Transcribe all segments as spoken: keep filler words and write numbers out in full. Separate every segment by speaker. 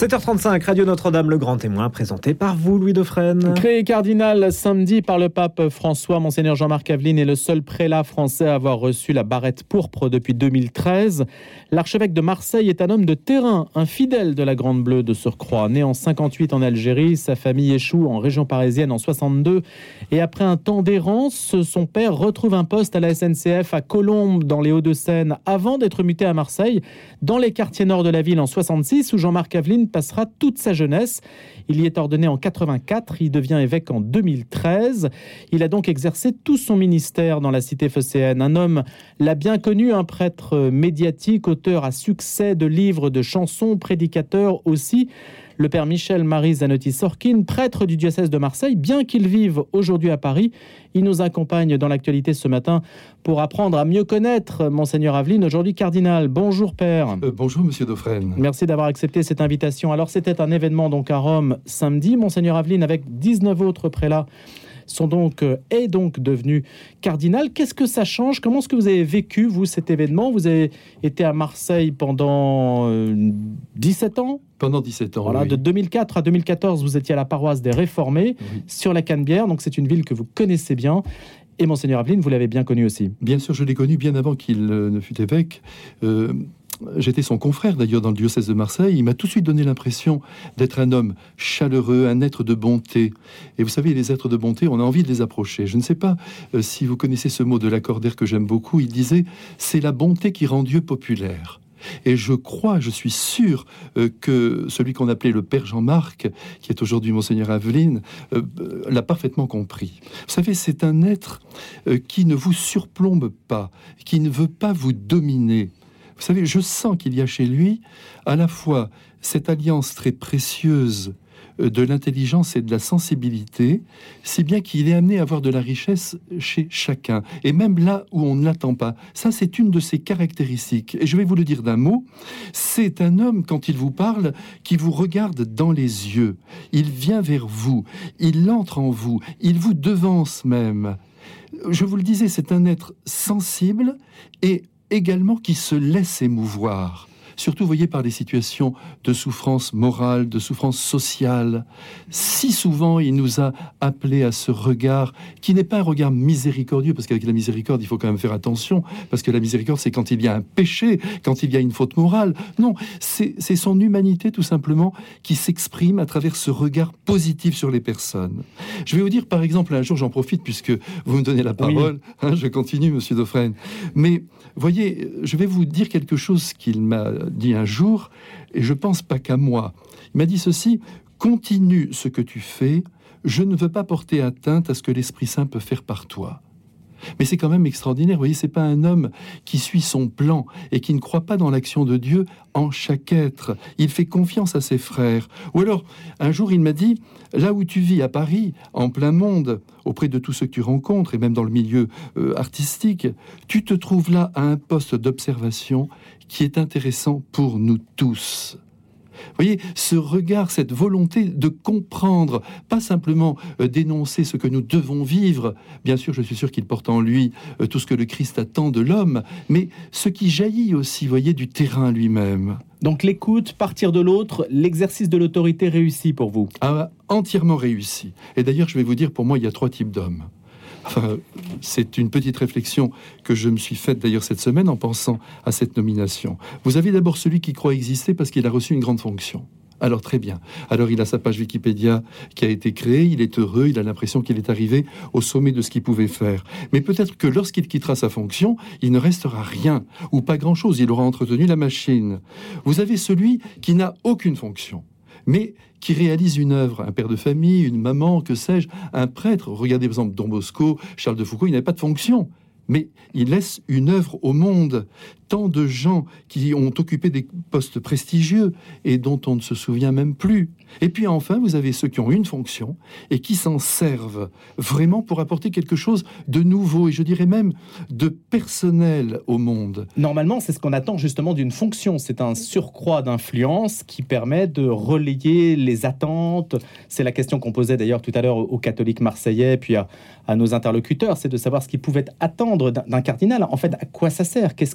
Speaker 1: sept heures trente-cinq, Radio Notre-Dame, le grand témoin, présenté par vous, Louis Dauphren.
Speaker 2: Créé cardinal samedi par le pape François, Monseigneur Jean-Marc Aveline est le seul prélat français à avoir reçu la barrette pourpre depuis deux mille treize. L'archevêque de Marseille est un homme de terrain, un fidèle de la Grande Bleue de surcroît. Né en cinquante-huit en Algérie, sa famille échoue en région parisienne en soixante-deux. Et après un temps d'errance, son père retrouve un poste à la S N C F à Colombes, dans les Hauts-de-Seine, avant d'être muté à Marseille, dans les quartiers nord de la ville en soixante-six, où Jean-Marc Aveline passera toute sa jeunesse. Il y est ordonné en quatre-vingt-quatre, il devient évêque en deux mille treize. Il a donc exercé tout son ministère dans la cité phocéenne. Un homme l'a bien connu, un prêtre médiatique, auteur à succès de livres, de chansons, prédicateur aussi. Le père Michel-Marie Zanotti-Sorkin, prêtre du diocèse de Marseille, bien qu'il vive aujourd'hui à Paris, il nous accompagne dans l'actualité ce matin pour apprendre à mieux connaître Monseigneur Aveline, aujourd'hui cardinal. Bonjour père.
Speaker 3: Euh, bonjour Monsieur Dauphren.
Speaker 2: Merci d'avoir accepté cette invitation. Alors c'était un événement donc à Rome samedi. Monseigneur Aveline avec dix-neuf autres prélats sont donc, euh, est donc devenu cardinal. Qu'est-ce que ça change? Comment est-ce que vous avez vécu, vous, cet événement? Vous avez été à Marseille pendant euh, dix-sept ans?
Speaker 3: Pendant dix-sept ans,
Speaker 2: voilà,
Speaker 3: oui.
Speaker 2: De deux mille quatre à deux mille quatorze, vous étiez à la paroisse des Réformés, oui, sur la Canebière. Donc c'est une ville que vous connaissez bien. Et Monseigneur Aveline, vous l'avez bien connu aussi.
Speaker 3: Bien sûr, je l'ai connu bien avant qu'il euh, ne fût évêque. Euh, J'étais son confrère d'ailleurs dans le diocèse de Marseille. Il m'a tout de suite donné l'impression d'être un homme chaleureux, un être de bonté. Et vous savez, les êtres de bonté, on a envie de les approcher. Je ne sais pas euh, si vous connaissez ce mot de Lacordaire que j'aime beaucoup. Il disait « c'est la bonté qui rend Dieu populaire ». Et je crois, je suis sûr euh, que celui qu'on appelait le Père Jean-Marc, qui est aujourd'hui Monseigneur Aveline, euh, euh, l'a parfaitement compris. Vous savez, c'est un être euh, qui ne vous surplombe pas, qui ne veut pas vous dominer. Vous savez, je sens qu'il y a chez lui à la fois cette alliance très précieuse de l'intelligence et de la sensibilité, si bien qu'il est amené à avoir de la richesse chez chacun, et même là où on ne l'attend pas. Ça, c'est une de ses caractéristiques. Et je vais vous le dire d'un mot, c'est un homme, quand il vous parle, qui vous regarde dans les yeux. Il vient vers vous, il entre en vous, il vous devance même. Je vous le disais, c'est un être sensible et également qui se laisse émouvoir. Surtout, vous voyez, par des situations de souffrance morale, de souffrance sociale. Si souvent, il nous a appelés à ce regard, qui n'est pas un regard miséricordieux, parce qu'avec la miséricorde, il faut quand même faire attention, parce que la miséricorde, c'est quand il y a un péché, quand il y a une faute morale. Non, c'est, c'est son humanité, tout simplement, qui s'exprime à travers ce regard positif sur les personnes. Je vais vous dire, par exemple, un jour, j'en profite, puisque vous me donnez la parole, oui. hein, je continue, Monsieur Dauphren, mais voyez, je vais vous dire quelque chose qu'il m'a dit un jour, et je pense pas qu'à moi. Il m'a dit ceci: continue ce que tu fais, je ne veux pas porter atteinte à ce que l'Esprit Saint peut faire par toi. Mais c'est quand même extraordinaire, vous voyez, c'est pas un homme qui suit son plan et qui ne croit pas dans l'action de Dieu en chaque être. Il fait confiance à ses frères. Ou alors, un jour, il m'a dit, là où tu vis à Paris, en plein monde, auprès de tous ceux que tu rencontres, et même dans le milieu euh, artistique, tu te trouves là à un poste d'observation qui est intéressant pour nous tous. Vous voyez, ce regard, cette volonté de comprendre, pas simplement euh, dénoncer ce que nous devons vivre. Bien sûr, je suis sûr qu'il porte en lui euh, tout ce que le Christ attend de l'homme, mais ce qui jaillit aussi, vous voyez, du terrain lui-même.
Speaker 2: Donc l'écoute, partir de l'autre, l'exercice de l'autorité réussi pour vous?
Speaker 3: Ah, entièrement réussi. Et d'ailleurs, je vais vous dire, pour moi, il y a trois types d'hommes. Enfin, c'est une petite réflexion que je me suis faite d'ailleurs cette semaine en pensant à cette nomination. Vous avez d'abord celui qui croit exister parce qu'il a reçu une grande fonction. Alors très bien. Alors il a sa page Wikipédia qui a été créée, il est heureux, il a l'impression qu'il est arrivé au sommet de ce qu'il pouvait faire. Mais peut-être que lorsqu'il quittera sa fonction, il ne restera rien, ou pas grand-chose, il aura entretenu la machine. Vous avez celui qui n'a aucune fonction, mais qui réalise une œuvre, un père de famille, une maman, que sais-je, un prêtre. Regardez par exemple Don Bosco, Charles de Foucault, il n'avait pas de fonction, mais il laisse une œuvre au monde. Tant de gens qui ont occupé des postes prestigieux et dont on ne se souvient même plus. Et puis enfin, vous avez ceux qui ont une fonction et qui s'en servent vraiment pour apporter quelque chose de nouveau et je dirais même de personnel au monde.
Speaker 2: Normalement, c'est ce qu'on attend justement d'une fonction. C'est un surcroît d'influence qui permet de relayer les attentes. C'est la question qu'on posait d'ailleurs tout à l'heure aux catholiques marseillais puis à, à nos interlocuteurs, c'est de savoir ce qu'ils pouvaient attendre d'un, d'un cardinal. En fait, à quoi ça sert? Qu'est-ce que ça peut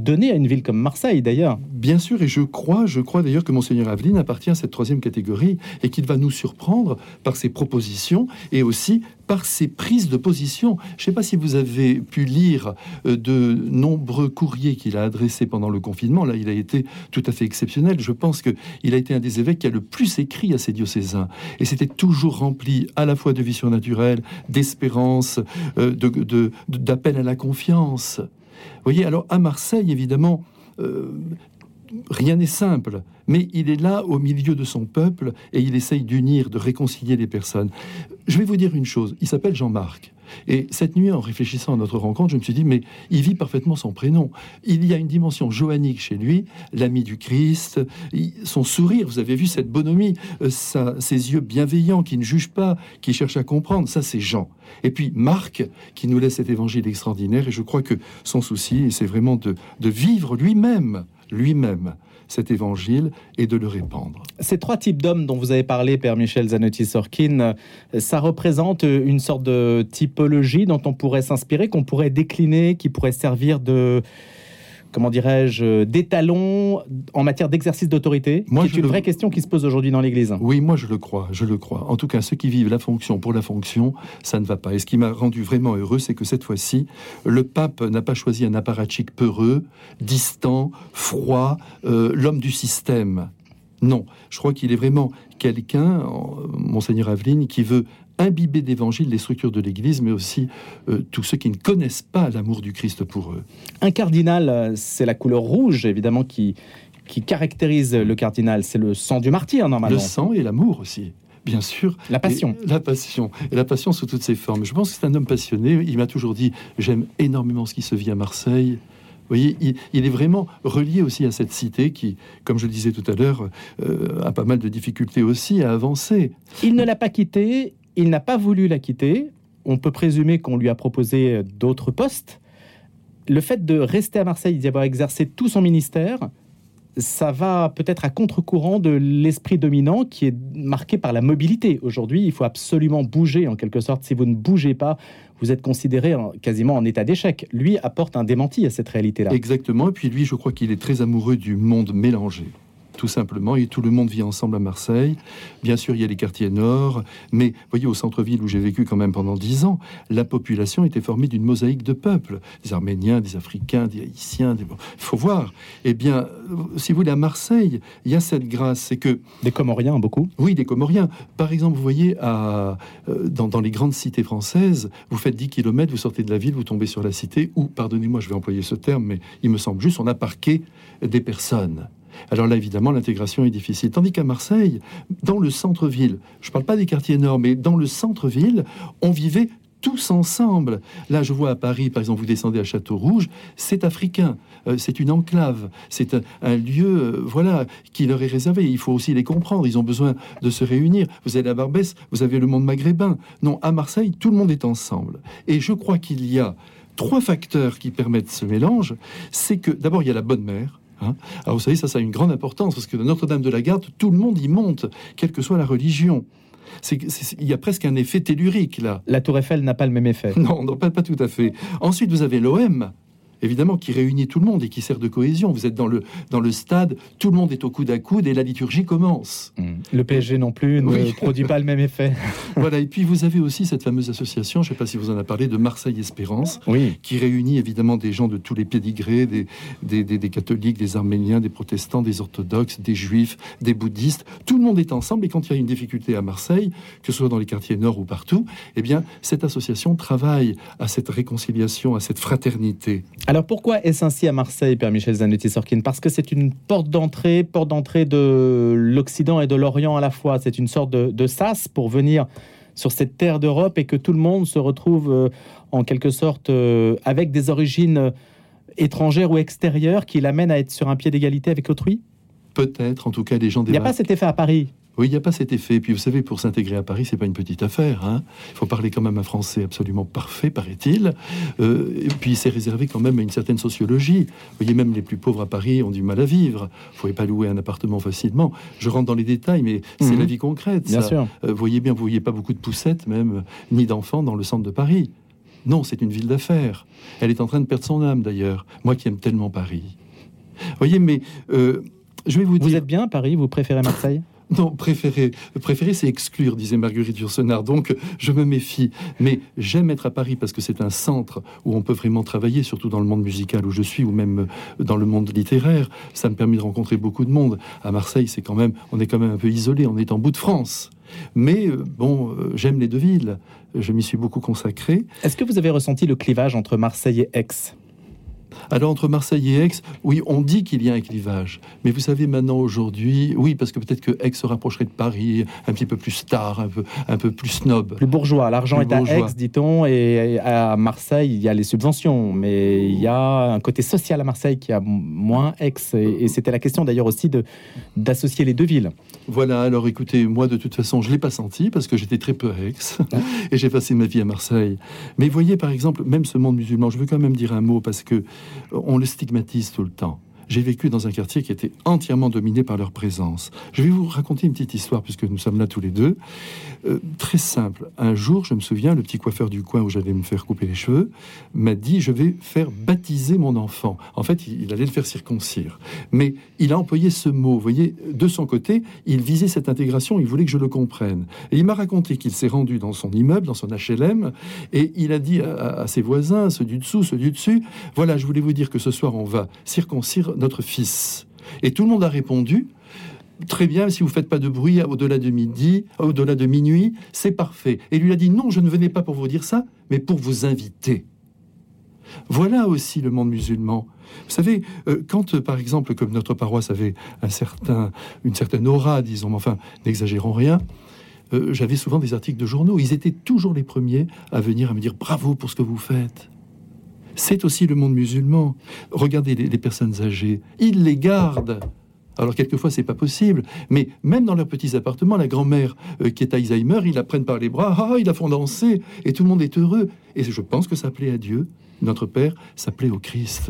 Speaker 2: donné à une ville comme Marseille, d'ailleurs.
Speaker 3: Bien sûr, et je crois, je crois d'ailleurs que Monseigneur Aveline appartient à cette troisième catégorie et qu'il va nous surprendre par ses propositions et aussi par ses prises de position. Je ne sais pas si vous avez pu lire euh, de nombreux courriers qu'il a adressés pendant le confinement. Là, il a été tout à fait exceptionnel. Je pense qu'il a été un des évêques qui a le plus écrit à ses diocésains. Et c'était toujours rempli à la fois de vie surnaturelle, d'espérance, euh, de, de, de, d'appel à la confiance. Vous voyez, alors à Marseille, évidemment, euh, rien n'est simple, mais il est là au milieu de son peuple et il essaye d'unir, de réconcilier les personnes. Je vais vous dire une chose, il s'appelle Jean-Marc. Et cette nuit, en réfléchissant à notre rencontre, je me suis dit, mais il vit parfaitement son prénom. Il y a une dimension johannique chez lui, l'ami du Christ, son sourire, vous avez vu cette bonhomie, sa, ses yeux bienveillants qui ne jugent pas, qui cherchent à comprendre, ça c'est Jean. Et puis Marc, qui nous laisse cet évangile extraordinaire, et je crois que son souci, c'est vraiment de, de vivre lui-même, lui-même, cet évangile et de le répandre.
Speaker 2: Ces trois types d'hommes dont vous avez parlé, Père Michel Zanotti-Sorkin, ça représente une sorte de typologie dont on pourrait s'inspirer, qu'on pourrait décliner, qui pourrait servir de, comment dirais-je, d'étalon en matière d'exercice d'autorité. Moi, c'est une le... vraie question qui se pose aujourd'hui dans l'Église.
Speaker 3: Oui, moi je le crois, je le crois. En tout cas, ceux qui vivent la fonction pour la fonction, ça ne va pas. Et ce qui m'a rendu vraiment heureux, c'est que cette fois-ci, le pape n'a pas choisi un apparatchik peureux, distant, froid, euh, l'homme du système. Non, je crois qu'il est vraiment quelqu'un, Monseigneur Aveline, qui veut imbiber d'évangile les structures de l'Église, mais aussi euh, tous ceux qui ne connaissent pas l'amour du Christ pour eux.
Speaker 2: Un cardinal, c'est la couleur rouge, évidemment, qui, qui caractérise le cardinal. C'est le sang du martyr, normalement.
Speaker 3: Le sang et l'amour aussi. Bien sûr.
Speaker 2: La passion.
Speaker 3: Et la passion. Et la passion sous toutes ses formes. Je pense que c'est un homme passionné. Il m'a toujours dit, j'aime énormément ce qui se vit à Marseille. Vous voyez, il, il est vraiment relié aussi à cette cité qui, comme je le disais tout à l'heure, euh, a pas mal de difficultés aussi à avancer.
Speaker 2: Il ne l'a pas quittée, il n'a pas voulu la quitter. On peut présumer qu'on lui a proposé d'autres postes. Le fait de rester à Marseille, d'y avoir exercé tout son ministère, ça va peut-être à contre-courant de l'esprit dominant qui est marqué par la mobilité. Aujourd'hui, il faut absolument bouger, en quelque sorte. Si vous ne bougez pas, vous êtes considéré en, quasiment en état d'échec. Lui apporte un démenti à cette réalité-là.
Speaker 3: Exactement. Et puis lui, je crois qu'il est très amoureux du monde mélangé. Tout simplement, et tout le monde vit ensemble à Marseille. Bien sûr, il y a les quartiers nord, mais vous voyez, au centre-ville où j'ai vécu quand même pendant dix ans, la population était formée d'une mosaïque de peuples, des Arméniens, des Africains, des Haïtiens, des... il faut voir. Eh bien, si vous voulez, à Marseille, il y a cette grâce, c'est que...
Speaker 2: Des Comoriens, beaucoup.
Speaker 3: Oui, des Comoriens. Par exemple, vous voyez, à, dans, dans les grandes cités françaises, vous faites dix kilomètres, vous sortez de la ville, vous tombez sur la cité, où, pardonnez-moi, je vais employer ce terme, mais il me semble juste, on a parqué des personnes. Alors là, évidemment, l'intégration est difficile. Tandis qu'à Marseille, dans le centre-ville, je ne parle pas des quartiers nord, mais dans le centre-ville, on vivait tous ensemble. Là, je vois à Paris, par exemple, vous descendez à Château-Rouge, c'est africain, euh, c'est une enclave, c'est un, un lieu, euh, voilà, qui leur est réservé. Il faut aussi les comprendre, ils ont besoin de se réunir. Vous allez à Barbès, vous avez le monde maghrébin. Non, à Marseille, tout le monde est ensemble. Et je crois qu'il y a trois facteurs qui permettent ce mélange. C'est que, d'abord, il y a la bonne mère. Hein. Alors vous savez, ça, ça a une grande importance, parce que de Notre-Dame-de-la-Garde, tout le monde y monte, quelle que soit la religion. C'est, c'est, il y a presque un effet tellurique, là.
Speaker 2: La Tour Eiffel n'a pas le même effet.
Speaker 3: Non, non pas, pas tout à fait. Ensuite, vous avez l'O M, évidemment, qui réunit tout le monde et qui sert de cohésion. Vous êtes dans le, dans le stade, tout le monde est au coude à coude et la liturgie commence.
Speaker 2: Mmh. Le P S G non plus ne oui. produit pas le même effet.
Speaker 3: Voilà, et puis vous avez aussi cette fameuse association, je ne sais pas si vous en avez parlé, de Marseille Espérance,
Speaker 2: oui.
Speaker 3: qui réunit évidemment des gens de tous les pédigrés, des, des, des, des catholiques, des arméniens, des protestants, des orthodoxes, des juifs, des bouddhistes. Tout le monde est ensemble et quand il y a une difficulté à Marseille, que ce soit dans les quartiers nord ou partout, eh bien, cette association travaille à cette réconciliation, à cette fraternité.
Speaker 2: Alors pourquoi est-ce ainsi à Marseille, Père Michel Zanotti-Sorkin ? Parce que c'est une porte d'entrée, porte d'entrée de l'Occident et de l'Orient à la fois. C'est une sorte de, de sas pour venir sur cette terre d'Europe et que tout le monde se retrouve euh, en quelque sorte euh, avec des origines étrangères ou extérieures qui l'amènent à être sur un pied d'égalité avec autrui ?
Speaker 3: Peut-être, en tout cas, les gens...
Speaker 2: Il n'y a pas cet effet à Paris ?
Speaker 3: Oui, il n'y a pas cet effet. Puis vous savez, pour s'intégrer à Paris, c'est pas une petite affaire. Hein. Il faut parler quand même un français absolument parfait, paraît-il. Euh, et puis c'est réservé quand même à une certaine sociologie. Vous voyez, même les plus pauvres à Paris ont du mal à vivre. Vous ne pouvez pas louer un appartement facilement. Je rentre dans les détails, mais c'est mmh. la vie concrète.
Speaker 2: Bien
Speaker 3: ça.
Speaker 2: sûr.
Speaker 3: Euh, vous voyez bien, vous voyez pas beaucoup de poussettes, même, ni d'enfants dans le centre de Paris. Non, c'est une ville d'affaires. Elle est en train de perdre son âme, d'ailleurs. Moi qui aime tellement Paris. Vous voyez, mais euh, je vais vous dire...
Speaker 2: Vous êtes bien à Paris, vous préférez Marseille ?
Speaker 3: Non, préférer, préférer c'est exclure, disait Marguerite Yourcenar. Donc, je me méfie. Mais j'aime être à Paris parce que c'est un centre où on peut vraiment travailler, surtout dans le monde musical où je suis, ou même dans le monde littéraire. Ça me permet de rencontrer beaucoup de monde. À Marseille, c'est quand même, on est quand même un peu isolé. On est en bout de France. Mais bon, euh, j'aime les deux villes. Je m'y suis beaucoup consacré.
Speaker 2: Est-ce que vous avez ressenti le clivage entre Marseille et Aix ?
Speaker 3: Alors, entre Marseille et Aix, oui, on dit qu'il y a un clivage. Mais vous savez, maintenant, aujourd'hui, oui, parce que peut-être que Aix se rapprocherait de Paris, un petit peu plus star, un peu, un peu plus snob.
Speaker 2: Plus bourgeois. L'argent
Speaker 3: plus
Speaker 2: est
Speaker 3: bourgeois.
Speaker 2: à Aix, dit-on, et à Marseille, il y a les subventions. Mais il y a un côté social à Marseille qui a moins Aix. Et, et c'était la question, d'ailleurs, aussi de, d'associer les deux villes.
Speaker 3: Voilà, alors écoutez, moi, de toute façon, je ne l'ai pas senti, parce que j'étais très peu à Aix, et j'ai passé ma vie à Marseille. Mais voyez, par exemple, même ce monde musulman, je veux quand même dire un mot, parce que on le stigmatise tout le temps. J'ai vécu dans un quartier qui était entièrement dominé par leur présence. Je vais vous raconter une petite histoire, puisque nous sommes là tous les deux. Euh, très simple. Un jour, je me souviens, le petit coiffeur du coin où j'allais me faire couper les cheveux m'a dit « Je vais faire baptiser mon enfant ». En fait, il, il allait le faire circoncire. Mais il a employé ce mot. Vous voyez, de son côté, il visait cette intégration, il voulait que je le comprenne. Et il m'a raconté qu'il s'est rendu dans son immeuble, dans son H L M, et il a dit à, à ses voisins, ceux du dessous, ceux du dessus, « Voilà, je voulais vous dire que ce soir, on va circoncire notre fils ». Et tout le monde a répondu « Très bien, si vous ne faites pas de bruit au-delà de midi, au-delà de minuit, c'est parfait. » Et lui a dit « Non, je ne venais pas pour vous dire ça, mais pour vous inviter. » Voilà aussi le monde musulman. Vous savez, euh, quand, euh, par exemple, comme notre paroisse avait un certain, une certaine aura, disons, mais enfin, n'exagérons rien, euh, j'avais souvent des articles de journaux. Ils étaient toujours les premiers à venir à me dire « Bravo pour ce que vous faites ». C'est aussi le monde musulman. Regardez les, les personnes âgées, ils les gardent. Alors quelquefois c'est pas possible, mais même dans leurs petits appartements, la grand-mère euh, qui est Alzheimer, ils la prennent par les bras, ah, ils la font danser, et tout le monde est heureux. Et je pense que ça plaît à Dieu, notre Père, ça plaît au Christ.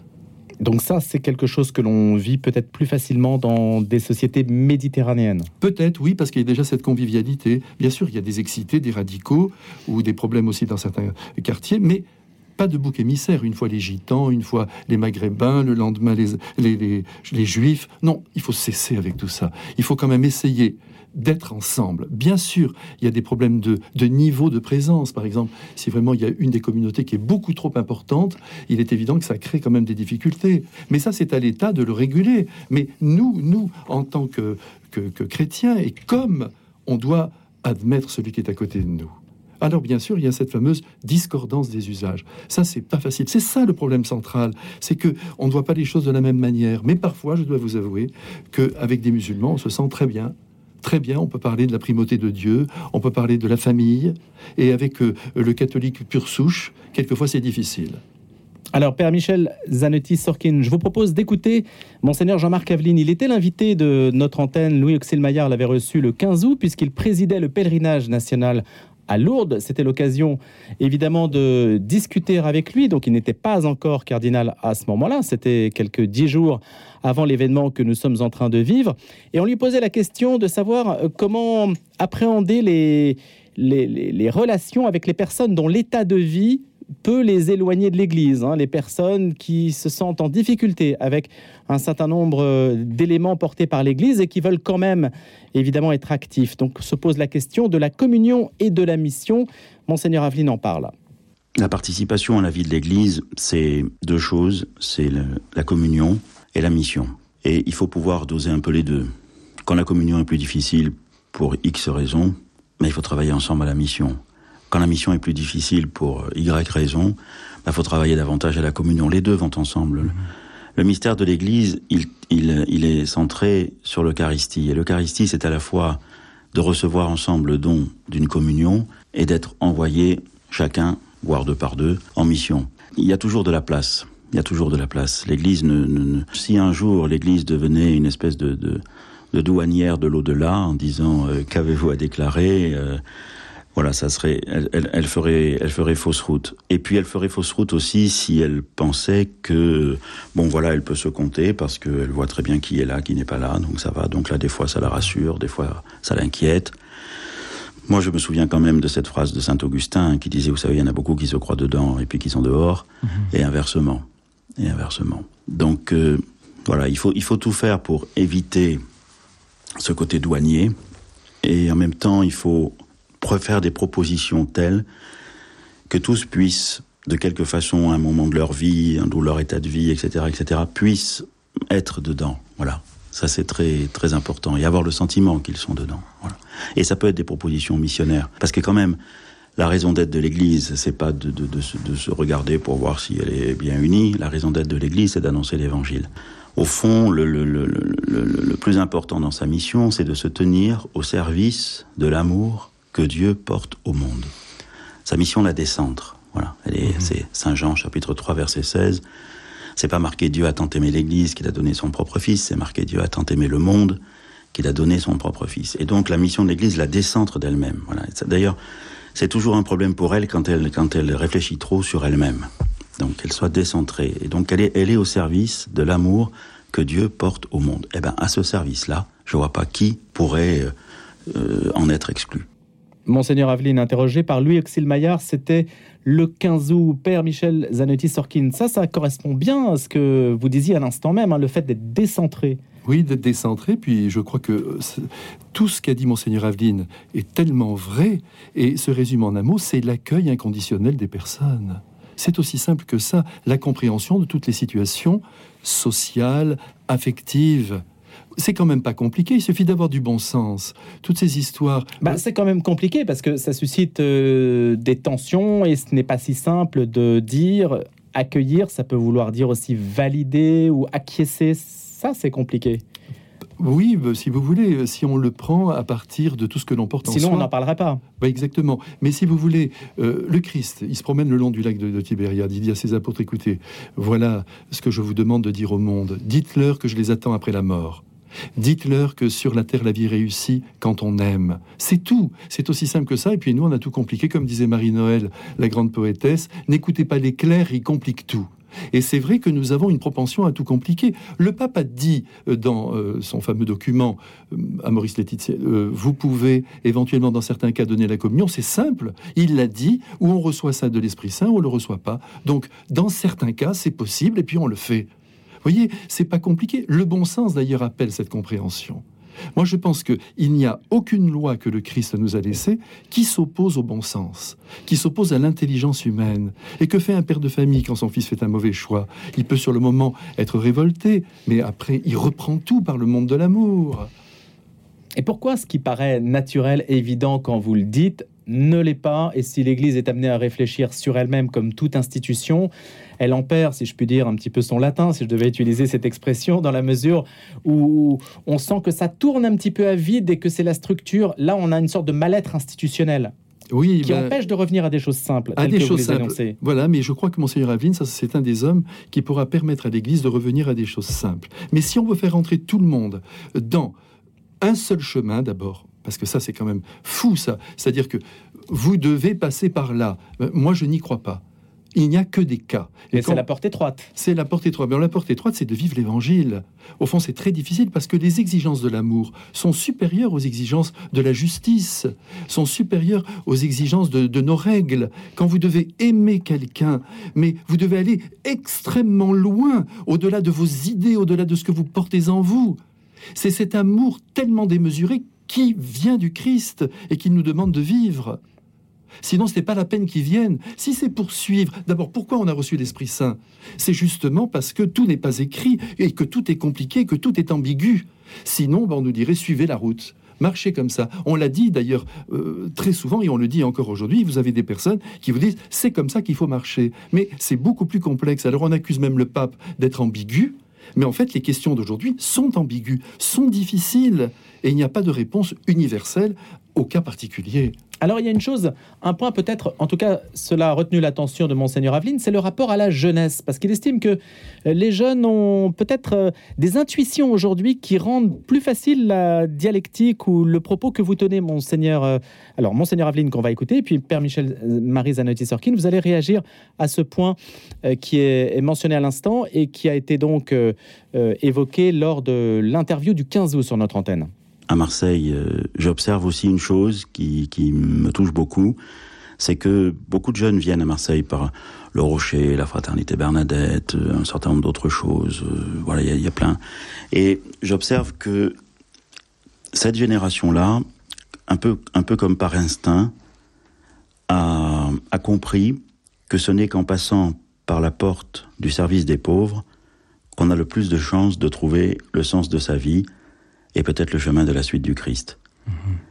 Speaker 2: Donc ça, c'est quelque chose que l'on vit peut-être plus facilement dans des sociétés méditerranéennes.
Speaker 3: Peut-être, oui, parce qu'il y a déjà cette convivialité. Bien sûr, il y a des excités, des radicaux, ou des problèmes aussi dans certains quartiers, mais pas de bouc émissaire, une fois les gitans, une fois les maghrébins, le lendemain les, les, les, les juifs. Non, il faut cesser avec tout ça. Il faut quand même essayer d'être ensemble. Bien sûr, il y a des problèmes de, de niveau de présence. Par exemple, si vraiment il y a une des communautés qui est beaucoup trop importante, il est évident que ça crée quand même des difficultés. Mais ça, c'est à l'État de le réguler. Mais nous, nous, en tant que, que, que chrétiens, et comme on doit admettre celui qui est à côté de nous. Alors bien sûr, il y a cette fameuse discordance des usages. Ça, c'est pas facile. C'est ça le problème central. C'est que on ne voit pas les choses de la même manière. Mais parfois, je dois vous avouer qu'avec des musulmans, on se sent très bien. Très bien, on peut parler de la primauté de Dieu, on peut parler de la famille. Et avec euh, le catholique pure souche, quelquefois, c'est difficile.
Speaker 2: Alors, Père Michel Zanetti-Sorkin, je vous propose d'écouter Monseigneur Jean-Marc Aveline. Il était l'invité de notre antenne. Louis Auxil-Maillard l'avait reçu le quinze août, puisqu'il présidait le pèlerinage national à Lourdes. C'était l'occasion, évidemment, de discuter avec lui. Donc, il n'était pas encore cardinal à ce moment-là. C'était quelques dix jours avant l'événement que nous sommes en train de vivre. Et on lui posait la question de savoir comment appréhender les, les, les, les relations avec les personnes dont l'état de vie peut les éloigner de l'Église, hein, les personnes qui se sentent en difficulté avec un certain nombre d'éléments portés par l'Église et qui veulent quand même, évidemment, être actifs. Donc, se pose la question de la communion et de la mission. Monseigneur Aveline en parle.
Speaker 4: La participation à la vie de l'Église, c'est deux choses, c'est le, la communion et la mission. Et il faut pouvoir doser un peu les deux. Quand la communion est plus difficile pour X raisons, mais il faut travailler ensemble à la mission. Quand la mission est plus difficile pour Y raison, il bah, faut travailler davantage à la communion. Les deux vont ensemble. Mmh. Le mystère de l'Église, il, il, il est centré sur l'Eucharistie. Et l'Eucharistie, c'est à la fois de recevoir ensemble le don d'une communion et d'être envoyé chacun, voire deux par deux, en mission. Il y a toujours de la place. Il y a toujours de la place. L'Église, ne, ne, ne... si un jour l'Église devenait une espèce de, de, de douanière de l'au-delà, en disant euh, « qu'avez-vous à déclarer euh, ?» Voilà, ça serait, elle, elle, elle ferait, elle ferait fausse route. Et puis elle ferait fausse route aussi si elle pensait que, bon voilà, elle peut se compter parce qu'elle voit très bien qui est là, qui n'est pas là, donc ça va. Donc là, des fois, ça la rassure, des fois, ça l'inquiète. Moi, je me souviens quand même de cette phrase de saint Augustin qui disait, vous savez, il y en a beaucoup qui se croient dedans et puis qui sont dehors, mmh. et inversement. Et inversement. Donc, euh, voilà, il faut, il faut tout faire pour éviter ce côté douanier. Et en même temps, il faut faire des propositions telles que tous puissent, de quelque façon, à un moment de leur vie, de leur état de vie, et cetera, et cetera, puissent être dedans. Voilà. Ça, c'est très, très important. Et avoir le sentiment qu'ils sont dedans. Voilà. Et ça peut être des propositions missionnaires. Parce que quand même, la raison d'être de l'Église, c'est pas de, de, de, de se regarder pour voir si elle est bien unie. La raison d'être de l'Église, c'est d'annoncer l'Évangile. Au fond, le, le, le, le, le, le plus important dans sa mission, c'est de se tenir au service de l'amour que Dieu porte au monde. Sa mission, la descendre. Voilà. Elle est, mmh. C'est Saint Jean, chapitre trois, verset seize. C'est pas marqué Dieu a tant aimé l'Église qu'il a donné son propre Fils, c'est marqué Dieu a tant aimé le monde qu'il a donné son propre Fils. Et donc la mission de l'Église, la descendre d'elle-même. Voilà. D'ailleurs, c'est toujours un problème pour elle quand elle, quand elle réfléchit trop sur elle-même. Donc qu'elle soit décentrée. Et donc elle est, elle est au service de l'amour que Dieu porte au monde. Et bien à ce service-là, je vois pas qui pourrait euh, en être exclu.
Speaker 2: Monseigneur Aveline, interrogé par Louis Auxil Maillard, c'était le quinze août. Père Michel Zanotti-Sorkin, ça, ça correspond bien à ce que vous disiez à l'instant même, hein, le fait d'être décentré.
Speaker 3: Oui, d'être décentré, puis je crois que tout ce qu'a dit Monseigneur Aveline est tellement vrai, et se résume en un mot, c'est l'accueil inconditionnel des personnes. C'est aussi simple que ça, la compréhension de toutes les situations sociales, affectives. C'est quand même pas compliqué, il suffit d'avoir du bon sens. Toutes ces histoires...
Speaker 2: Bah, c'est quand même compliqué parce que ça suscite euh, des tensions et ce n'est pas si simple de dire accueillir, ça peut vouloir dire aussi valider ou acquiescer, ça c'est compliqué.
Speaker 3: Oui, si vous voulez, si on le prend à partir de tout ce que l'on porte en soi...
Speaker 2: Sinon, on n'en parlerait pas.
Speaker 3: Bah exactement. Mais si vous voulez, euh, le Christ, il se promène le long du lac de, de Tibériade. Il dit à ses apôtres, écoutez, voilà ce que je vous demande de dire au monde. Dites-leur que je les attends après la mort. Dites-leur que sur la terre, la vie réussit quand on aime. C'est tout. C'est aussi simple que ça. Et puis nous, on a tout compliqué. Comme disait Marie-Noël, la grande poétesse, n'écoutez pas les clercs, ils compliquent tout. Et c'est vrai que nous avons une propension à tout compliquer. Le pape a dit dans euh, son fameux document euh, à Maurice Laetitia, euh, vous pouvez éventuellement dans certains cas donner la communion, c'est simple, il l'a dit, ou on reçoit ça de l'Esprit Saint ou on le reçoit pas. Donc dans certains cas c'est possible et puis on le fait. Vous voyez, c'est pas compliqué. Le bon sens d'ailleurs appelle cette compréhension. Moi, je pense qu'il n'y a aucune loi que le Christ nous a laissée qui s'oppose au bon sens, qui s'oppose à l'intelligence humaine. Et que fait un père de famille quand son fils fait un mauvais choix? Il peut sur le moment être révolté, mais après, il reprend tout par le monde de l'amour.
Speaker 2: Et pourquoi ce qui paraît naturel, évident quand vous le dites, ne l'est pas? Et si l'Église est amenée à réfléchir sur elle-même comme toute institution, elle en perd, si je puis dire, un petit peu son latin, si je devais utiliser cette expression, dans la mesure où on sent que ça tourne un petit peu à vide et que c'est la structure. Là, on a une sorte de mal-être institutionnel. Oui, qui ben, empêche de revenir à des choses simples,
Speaker 3: à
Speaker 2: telles
Speaker 3: des
Speaker 2: que
Speaker 3: choses
Speaker 2: vous les
Speaker 3: simples.
Speaker 2: annoncez.
Speaker 3: Voilà, mais je crois que Monseigneur Aveline, ça, c'est un des hommes qui pourra permettre à l'Église de revenir à des choses simples. Mais si on veut faire entrer tout le monde dans un seul chemin, d'abord, parce que ça, c'est quand même fou, ça. C'est-à-dire que vous devez passer par là. Moi, je n'y crois pas. Il n'y a que des cas.
Speaker 2: Et c'est la porte étroite.
Speaker 3: C'est la porte étroite. Mais la porte étroite, c'est de vivre l'Évangile. Au fond, c'est très difficile parce que les exigences de l'amour sont supérieures aux exigences de la justice, sont supérieures aux exigences de, de nos règles. Quand vous devez aimer quelqu'un, mais vous devez aller extrêmement loin, au-delà de vos idées, au-delà de ce que vous portez en vous. C'est cet amour tellement démesuré qui vient du Christ et qui nous demande de vivre. Sinon, ce n'est pas la peine qu'ils viennent. Si c'est pour suivre, d'abord, pourquoi on a reçu l'Esprit Saint? C'est justement parce que tout n'est pas écrit et que tout est compliqué, que tout est ambigu. Sinon, ben, on nous dirait, suivez la route. Marchez comme ça. On l'a dit d'ailleurs euh, très souvent et on le dit encore aujourd'hui. Vous avez des personnes qui vous disent, c'est comme ça qu'il faut marcher. Mais c'est beaucoup plus complexe. Alors on accuse même le pape d'être ambigu. Mais en fait, les questions d'aujourd'hui sont ambiguës, sont difficiles. Et il n'y a pas de réponse universelle au cas particulier.
Speaker 2: Alors il y a une chose, un point peut-être, en tout cas cela a retenu l'attention de Monseigneur Aveline, c'est le rapport à la jeunesse, parce qu'il estime que les jeunes ont peut-être des intuitions aujourd'hui qui rendent plus facile la dialectique ou le propos que vous tenez, Monseigneur. Alors Monseigneur Aveline qu'on va écouter, et puis Père Michel Marie Zanotti-Sorkin, vous allez réagir à ce point qui est mentionné à l'instant et qui a été donc évoqué lors de l'interview du quinze août sur notre antenne.
Speaker 4: à Marseille, euh, j'observe aussi une chose qui, qui me touche beaucoup, c'est que beaucoup de jeunes viennent à Marseille par le Rocher, la Fraternité Bernadette, un certain nombre d'autres choses. Euh, voilà, il y, y a plein. Et j'observe que cette génération-là, un peu, un peu comme par instinct, a, a compris que ce n'est qu'en passant par la porte du service des pauvres qu'on a le plus de chances de trouver le sens de sa vie et peut-être le chemin de la suite du Christ. Mmh.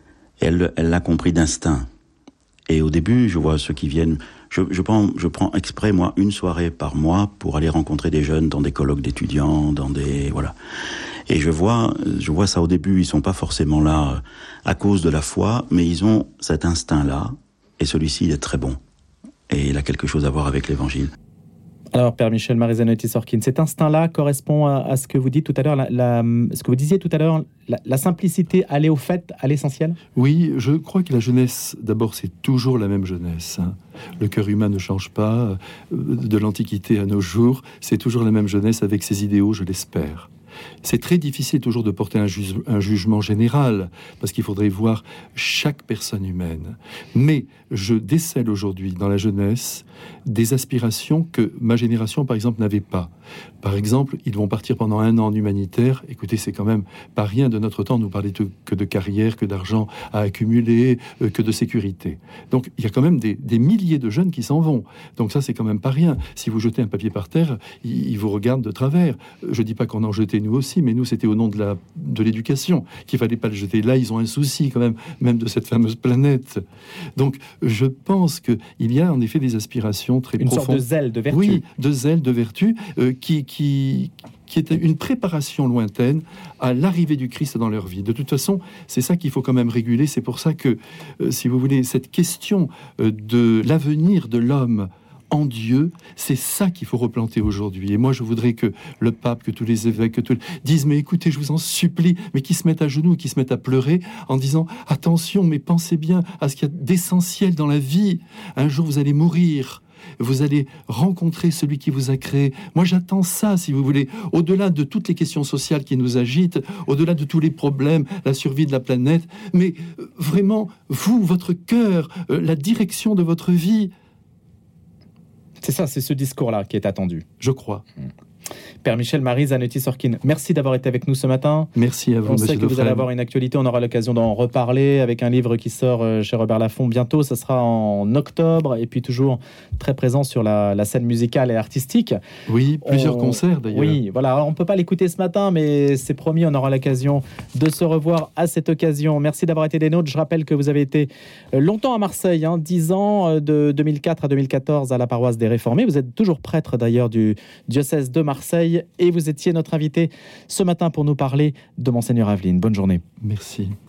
Speaker 4: Elle, elle l'a compris d'instinct. Et au début, je vois ceux qui viennent... Je, je, prends, je prends exprès, moi, une soirée par mois pour aller rencontrer des jeunes dans des colloques d'étudiants, dans des... Voilà. Et je vois, je vois ça au début, ils sont pas forcément là à cause de la foi, mais ils ont cet instinct-là, et celui-ci il est très bon. Et il a quelque chose à voir avec l'Évangile.
Speaker 2: Alors, Père Michel Marie-Zanotti-Sorkin, cet instinct-là correspond à, à ce que vous dites tout à l'heure, la, la, ce que vous disiez tout à l'heure, la, la simplicité, aller au fait, à l'essentiel ?
Speaker 3: Oui, je crois que la jeunesse, d'abord, c'est toujours la même jeunesse. Hein. Le cœur humain ne change pas, de l'Antiquité à nos jours, c'est toujours la même jeunesse avec ses idéaux, je l'espère. C'est très difficile toujours de porter un, ju- un jugement général, parce qu'il faudrait voir chaque personne humaine. Mais je décèle aujourd'hui dans la jeunesse des aspirations que ma génération, par exemple, n'avait pas. Par exemple, ils vont partir pendant un an en humanitaire. Écoutez, c'est quand même pas rien de notre temps, nous parler de, que de carrière, que d'argent à accumuler, euh, que de sécurité. Donc, il y a quand même des, des milliers de jeunes qui s'en vont. Donc ça, c'est quand même pas rien. Si vous jetez un papier par terre, ils, ils vous regardent de travers. Je dis pas qu'on en jetait nous aussi, mais nous, c'était au nom de, la, de l'éducation qu'il fallait pas le jeter. Là, ils ont un souci quand même, même de cette fameuse planète. Donc, je pense qu'il y a en effet des aspirations très
Speaker 2: Une
Speaker 3: profondes.
Speaker 2: sorte de zèle, de vertu.
Speaker 3: Oui, de zèle, de vertu, euh, qui, qui, qui est une préparation lointaine à l'arrivée du Christ dans leur vie. De toute façon, c'est ça qu'il faut quand même réguler. C'est pour ça que, euh, si vous voulez, cette question euh, de l'avenir de l'homme en Dieu, c'est ça qu'il faut replanter aujourd'hui. Et moi, je voudrais que le pape, que tous les évêques, que tous les... disent, mais écoutez, je vous en supplie, mais qu'ils se mettent à genoux, qu'ils se mettent à pleurer en disant, attention, mais pensez bien à ce qu'il y a d'essentiel dans la vie. Un jour, vous allez mourir. Vous allez rencontrer celui qui vous a créé. Moi, j'attends ça, si vous voulez. Au-delà de toutes les questions sociales qui nous agitent, au-delà de tous les problèmes, la survie de la planète, mais euh, vraiment, vous, votre cœur, euh, la direction de votre vie.
Speaker 2: C'est ça, c'est ce discours-là qui est attendu.
Speaker 3: Je crois.
Speaker 2: Père Michel Marie-Zanotti-Sorkin, merci d'avoir été avec nous ce matin.
Speaker 3: Merci à vous,
Speaker 2: On
Speaker 3: monsieur
Speaker 2: sait que
Speaker 3: Dauphren.
Speaker 2: vous allez avoir une actualité, on aura l'occasion d'en reparler avec un livre qui sort chez Robert Laffont bientôt, ça sera en octobre, et puis toujours très présent sur la, la scène musicale et artistique.
Speaker 3: Oui, plusieurs
Speaker 2: on...
Speaker 3: concerts d'ailleurs.
Speaker 2: Oui, voilà, alors on ne peut pas l'écouter ce matin, mais c'est promis, on aura l'occasion de se revoir à cette occasion. Merci d'avoir été des nôtres. Je rappelle que vous avez été longtemps à Marseille, hein, dix ans, de deux mille quatre à deux mille quatorze à la paroisse des Réformés. Vous êtes toujours prêtre d'ailleurs du diocèse de Marseille, et vous étiez notre invité ce matin pour nous parler de Monseigneur Aveline. Bonne journée.
Speaker 3: Merci.